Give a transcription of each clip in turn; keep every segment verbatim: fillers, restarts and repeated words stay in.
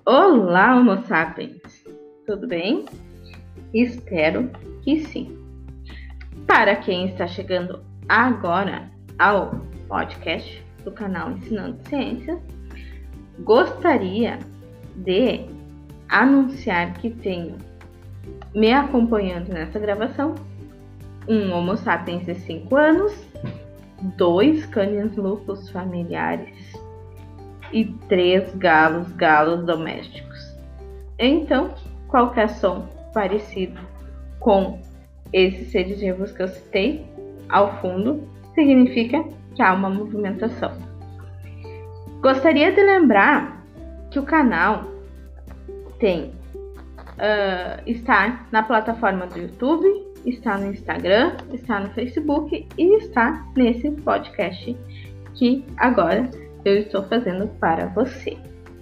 Olá, Homo sapiens! Tudo bem? Espero que sim. Para quem está chegando agora ao podcast do canal Ensinando Ciências, gostaria de anunciar que tenho me acompanhando nessa gravação um Homo sapiens de cinco anos, dois cães lupus familiares e três galos galos domésticos. Então, qualquer som parecido com esses seres vivos que eu citei ao fundo significa que há uma movimentação. Gostaria de lembrar que o canal tem uh, está na plataforma do YouTube, está no Instagram, está no Facebook e está nesse podcast que agora eu estou fazendo para você.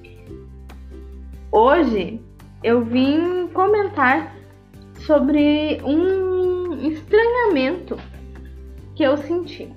Hoje eu vim comentar sobre um estranhamento que eu senti.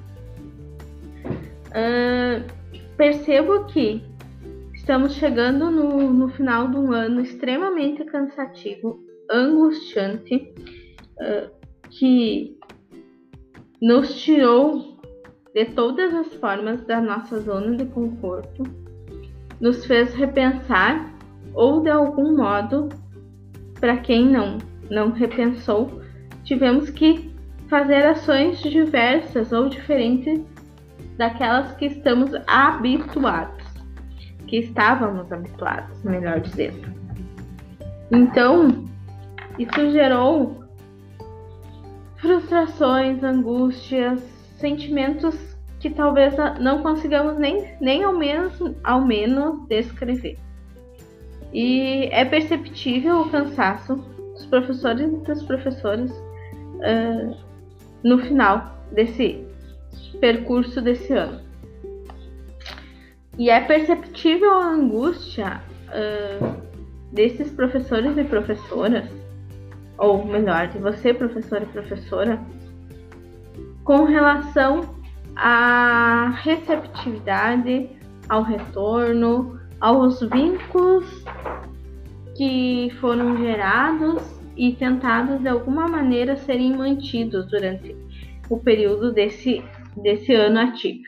Uh, percebo que estamos chegando no, no final de um ano extremamente cansativo, angustiante, uh, que nos tirou de todas as formas da nossa zona de conforto, nos fez repensar ou de algum modo, para quem não, não repensou, tivemos que fazer ações diversas ou diferentes daquelas que estamos habituados, que estávamos habituados, melhor dizendo. Então, isso gerou frustrações, angústias, sentimentos que talvez não consigamos nem, nem ao, menos, ao menos descrever. E é perceptível o cansaço dos professores e das professoras uh, no final desse percurso desse ano. E é perceptível a angústia uh, desses professores e professoras, ou melhor, de você, professor e professora, com relação à receptividade, ao retorno, aos vínculos que foram gerados e tentados de alguma maneira serem mantidos durante o período desse, desse ano atípico.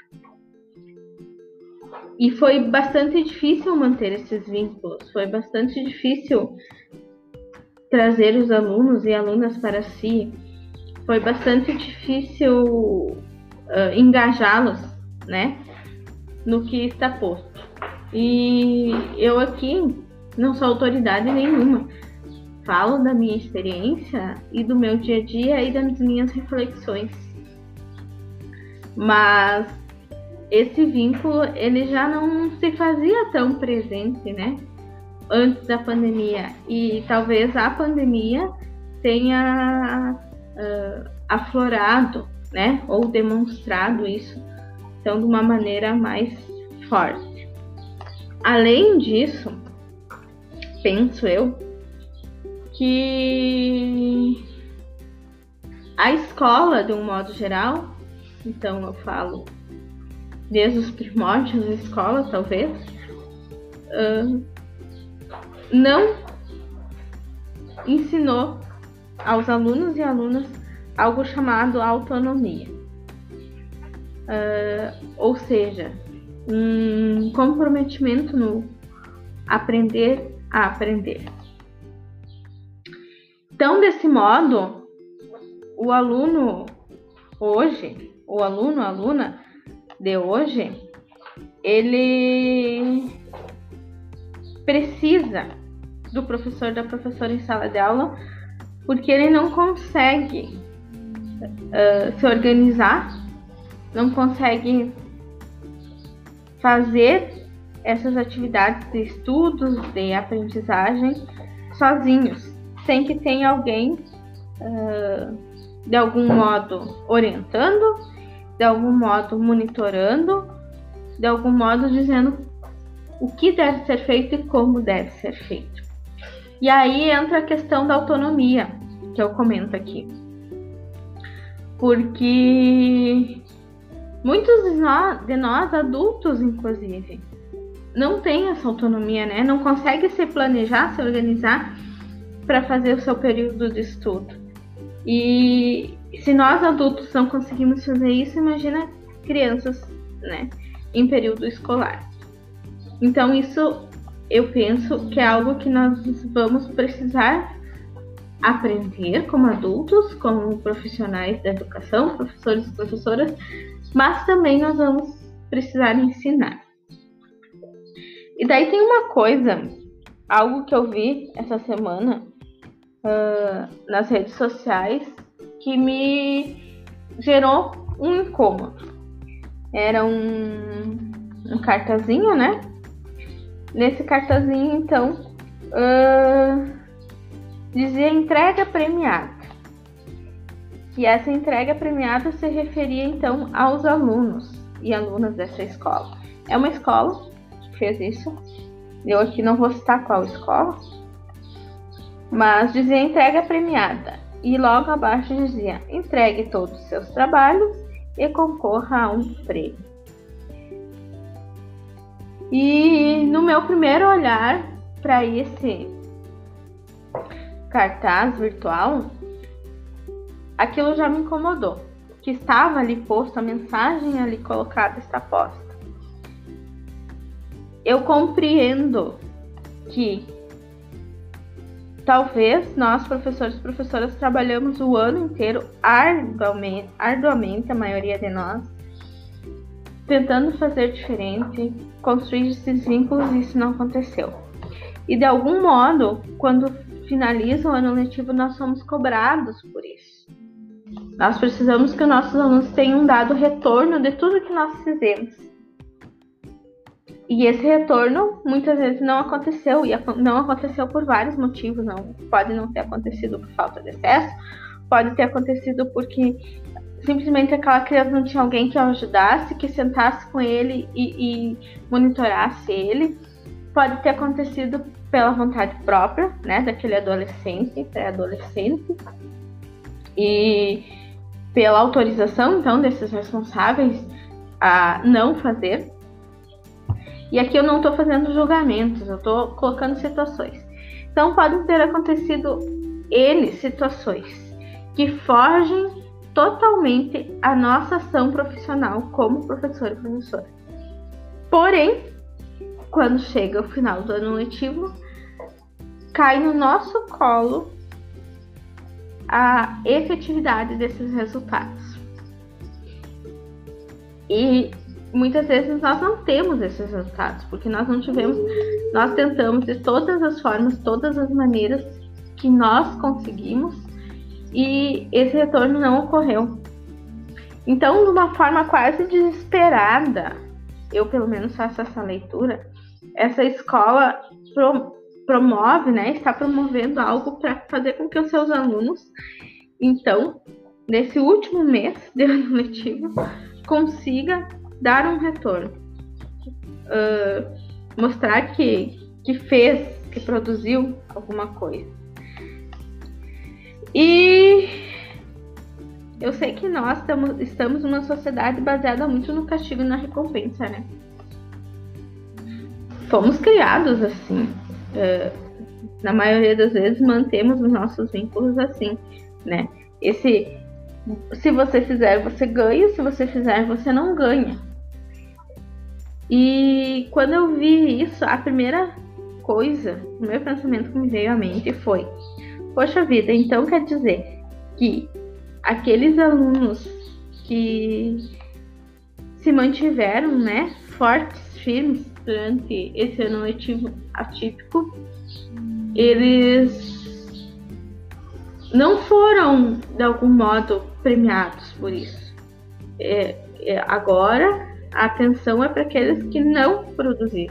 E foi bastante difícil manter esses vínculos, foi bastante difícil trazer os alunos e alunas para si, foi bastante difícil uh, engajá-los, né, no que está posto. E eu aqui não sou autoridade nenhuma, falo da minha experiência e do meu dia a dia e das minhas reflexões. Mas esse vínculo, ele já não se fazia tão presente, né, antes da pandemia. E talvez a pandemia tenha uh, aflorado, né, ou demonstrado isso, então, de uma maneira mais forte. Além disso, penso eu que a escola, de um modo geral, então eu falo desde os primórdios da escola, talvez, uh, não ensinou aos alunos e alunas algo chamado autonomia. Uh, ou seja, um comprometimento no aprender a aprender. Então, desse modo, o aluno hoje, o aluno, a aluna de hoje, ele precisa do professor, da professora em sala de aula, porque ele não consegue uh, se organizar, não consegue fazer essas atividades de estudos, de aprendizagem sozinhos, sem que tenha alguém uh, de algum modo orientando, de algum modo monitorando, de algum modo dizendo o que deve ser feito e como deve ser feito. E aí entra a questão da autonomia, que eu comento aqui. Porque muitos de nós, de nós adultos, inclusive, não tem essa autonomia, né? Não consegue se planejar, se organizar para fazer o seu período de estudo. E se nós adultos não conseguimos fazer isso, imagina crianças, né, em período escolar. Então isso eu penso que é algo que nós vamos precisar aprender como adultos, como profissionais da educação, professores e professoras, mas também nós vamos precisar ensinar. E daí tem uma coisa, algo que eu vi essa semana uh, nas redes sociais que me gerou um incômodo. Era um, um cartazinho, né? Nesse cartazinho, então, uh, dizia entrega premiada. E essa entrega premiada se referia, então, aos alunos e alunas dessa escola. É uma escola que fez isso. Eu aqui não vou citar qual escola. Mas dizia entrega premiada. E logo abaixo dizia, entregue todos os seus trabalhos e concorra a um prêmio. E no meu primeiro olhar para esse cartaz virtual, aquilo já me incomodou. Que estava ali posto, a mensagem ali colocada está posta. Eu compreendo que talvez nós, professores e professoras, trabalhamos o ano inteiro arduamente, arduamente, a maioria de nós, tentando fazer diferente, construir esses vínculos, e isso não aconteceu. E de algum modo, quando finaliza o ano letivo, nós somos cobrados por isso. Nós precisamos que os nossos alunos tenham dado retorno de tudo que nós fizemos. E esse retorno muitas vezes não aconteceu, e não aconteceu por vários motivos. Não pode não ter acontecido por falta de acesso, pode ter acontecido porque simplesmente aquela criança não tinha alguém que o ajudasse, que sentasse com ele e, e monitorasse ele. Pode ter acontecido pela vontade própria, né, daquele adolescente, pré-adolescente, e pela autorização, então, desses responsáveis a não fazer. E aqui eu não estou fazendo julgamentos, eu estou colocando situações. Então, podem ter acontecido N situações que fogem totalmente a nossa ação profissional como professor e professora. Porém, quando chega o final do ano letivo, cai no nosso colo a efetividade desses resultados. E muitas vezes nós não temos esses resultados, porque nós não tivemos, nós tentamos de todas as formas, todas as maneiras que nós conseguimos, e esse retorno não ocorreu. Então, de uma forma quase desesperada, eu pelo menos faço essa leitura, essa escola pro, promove, né, está promovendo algo para fazer com que os seus alunos, então, nesse último mês de ano letivo, consiga dar um retorno, uh, mostrar que, que fez, que produziu alguma coisa. E eu sei que nós tamo, estamos numa sociedade baseada muito no castigo e na recompensa, né? Fomos criados assim, uh, na maioria das vezes mantemos os nossos vínculos assim, né? Esse, se você fizer, você ganha, se você fizer, você não ganha. E quando eu vi isso, a primeira coisa, o meu pensamento que me veio à mente foi: poxa vida, então quer dizer que aqueles alunos que se mantiveram, né, fortes, firmes durante esse ano letivo atípico, eles não foram de algum modo premiados por isso. É, é, agora a atenção é para aqueles que não produziram.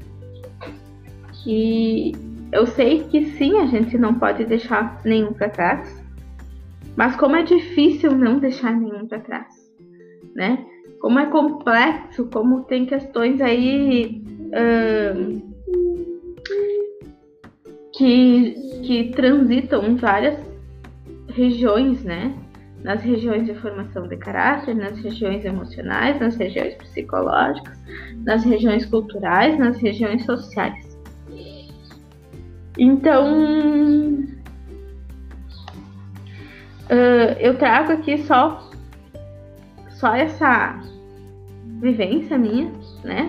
E eu sei que sim, a gente não pode deixar nenhum para trás, mas como é difícil não deixar nenhum para trás, né? Como é complexo, como tem questões aí uh, que, que transitam em várias regiões, né? nas regiões de formação de caráter, nas regiões emocionais, nas regiões psicológicas, nas regiões culturais, nas regiões sociais. Então, uh, eu trago aqui só, só essa vivência minha, né?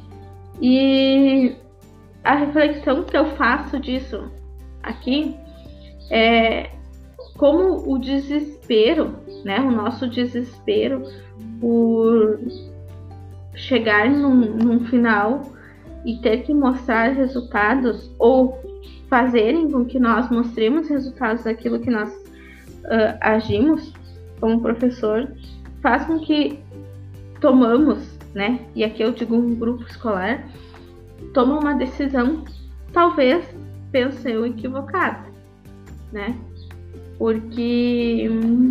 E a reflexão que eu faço disso aqui é como o desespero, né, o nosso desespero por chegar num, num final e ter que mostrar resultados ou fazerem com que nós mostremos resultados daquilo que nós uh, agimos como professor, faz com que tomamos, né, e aqui eu digo um grupo escolar, toma uma decisão, talvez, penso eu, equivocada, né? Porque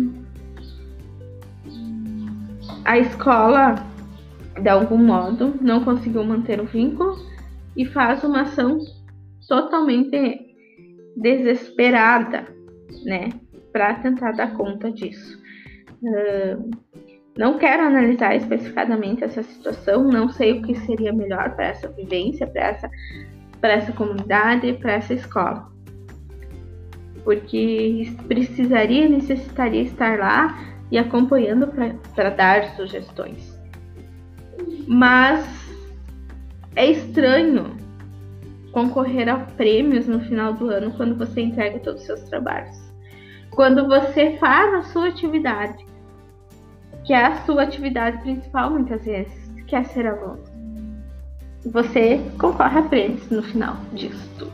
a escola, de algum modo, não conseguiu manter o vínculo e faz uma ação totalmente desesperada, né, para tentar dar conta disso. Uh, não quero analisar especificadamente essa situação, não sei o que seria melhor para essa vivência, para essa, para essa comunidade, para essa escola. Porque precisaria, necessitaria estar lá e acompanhando para dar sugestões. Mas é estranho concorrer a prêmios no final do ano quando você entrega todos os seus trabalhos. Quando você faz a sua atividade, que é a sua atividade principal muitas vezes, que é ser aluno. Você concorre a prêmios no final disso tudo.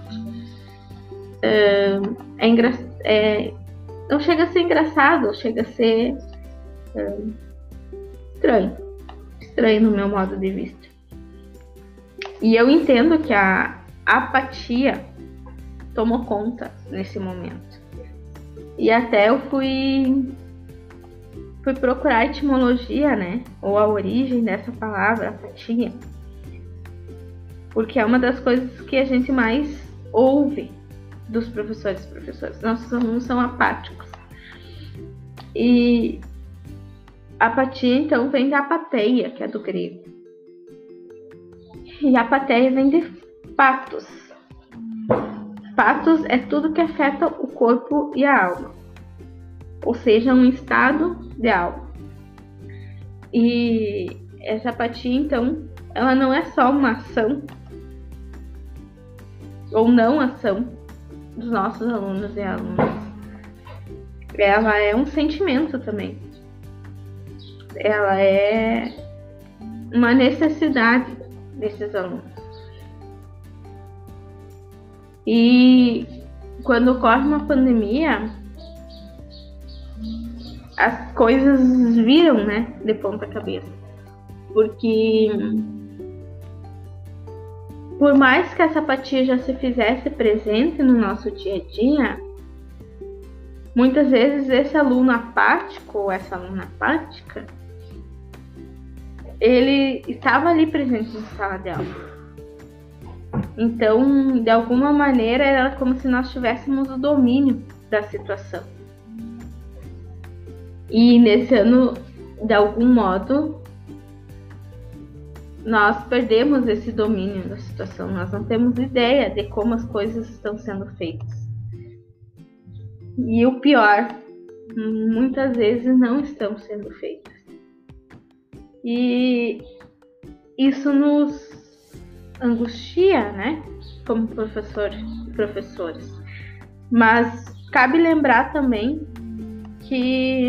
É, engra... é... Não chega a ser engraçado, chega a ser é... estranho. Estranho no meu modo de vista. E eu entendo que a apatia tomou conta nesse momento. E até eu fui... fui procurar a etimologia, né? Ou a origem dessa palavra, apatia. Porque é uma das coisas que a gente mais ouve dos professores e professoras. Nossos alunos são apáticos. E apatia, então, vem da apateia, que é do grego. E apateia vem de patos. Patos é tudo que afeta o corpo e a alma. Ou seja, um estado de alma. E essa apatia, então, ela não é só uma ação ou não ação dos nossos alunos e alunas. Ela é um sentimento também. Ela é uma necessidade desses alunos. E quando ocorre uma pandemia, as coisas viram, né, de ponta cabeça. Porque por mais que essa apatia já se fizesse presente no nosso dia a dia, muitas vezes esse aluno apático ou essa aluna apática, ele estava ali presente na sala de aula. Então, de alguma maneira, era como se nós tivéssemos o domínio da situação. E nesse ano, de algum modo, nós perdemos esse domínio da situação. Nós não temos ideia de como as coisas estão sendo feitas. E o pior, muitas vezes não estão sendo feitas. E isso nos angustia, né? Como professores e professores. Mas cabe lembrar também que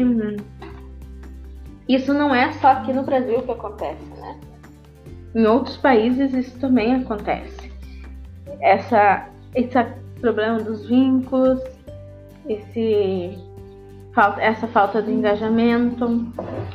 isso não é só aqui no Brasil que acontece, né? Em outros países isso também acontece. Essa, esse problema dos vínculos, esse, essa falta de engajamento.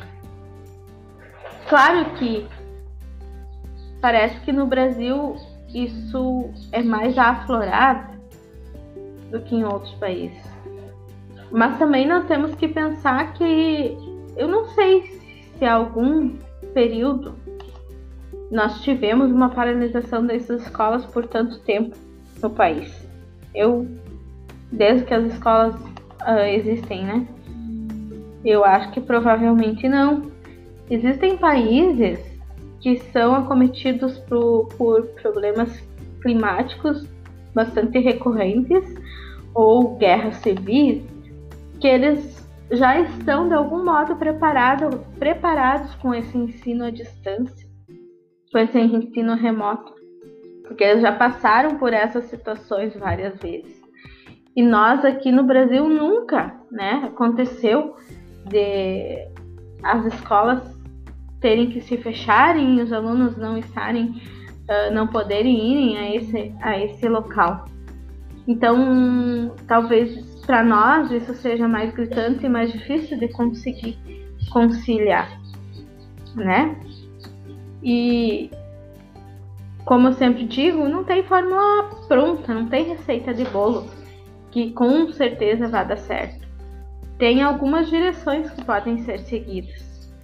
Claro que parece que no Brasil isso é mais aflorado do que em outros países. Mas também nós temos que pensar que eu não sei se há algum período nós tivemos uma paralisação dessas escolas por tanto tempo no país. Eu, desde que as escolas uh, existem, né? Eu acho que provavelmente não. Existem países que são acometidos por, por problemas climáticos bastante recorrentes ou guerras civis, que eles já estão de algum modo preparado, preparados com esse ensino à distância, com esse ensino remoto, porque eles já passaram por essas situações várias vezes. E nós aqui no Brasil nunca, né, aconteceu de as escolas terem que se fecharem e os alunos não estarem, uh, não poderem irem a esse, a esse local. Então, talvez para nós isso seja mais gritante e mais difícil de conseguir conciliar, né? E, como eu sempre digo, não tem fórmula pronta, não tem receita de bolo que com certeza vai dar certo. Tem algumas direções que podem ser seguidas.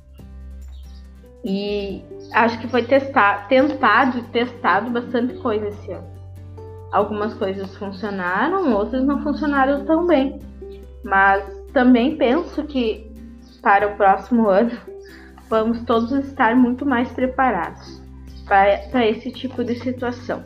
E acho que foi testar, tentado e testado bastante coisa esse ano. Algumas coisas funcionaram, outras não funcionaram tão bem. Mas também penso que para o próximo ano vamos todos estar muito mais preparados para, para esse tipo de situação.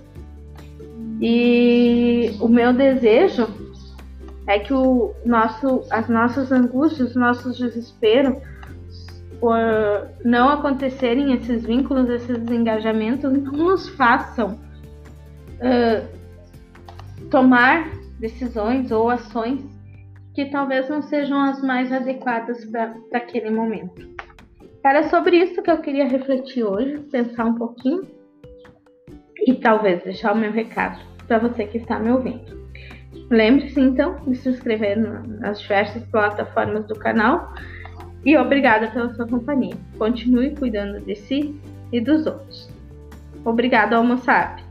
E o meu desejo é que o nosso, as nossas angústias, os nossos desesperos por não acontecerem esses vínculos, esses engajamentos, não nos façam uh, tomar decisões ou ações que talvez não sejam as mais adequadas para aquele momento. Era sobre isso que eu queria refletir hoje, pensar um pouquinho e talvez deixar o meu recado para você que está me ouvindo. Lembre-se então de se inscrever nas diversas plataformas do canal e obrigada pela sua companhia. Continue cuidando de si e dos outros. Obrigado, Homo Sapiens.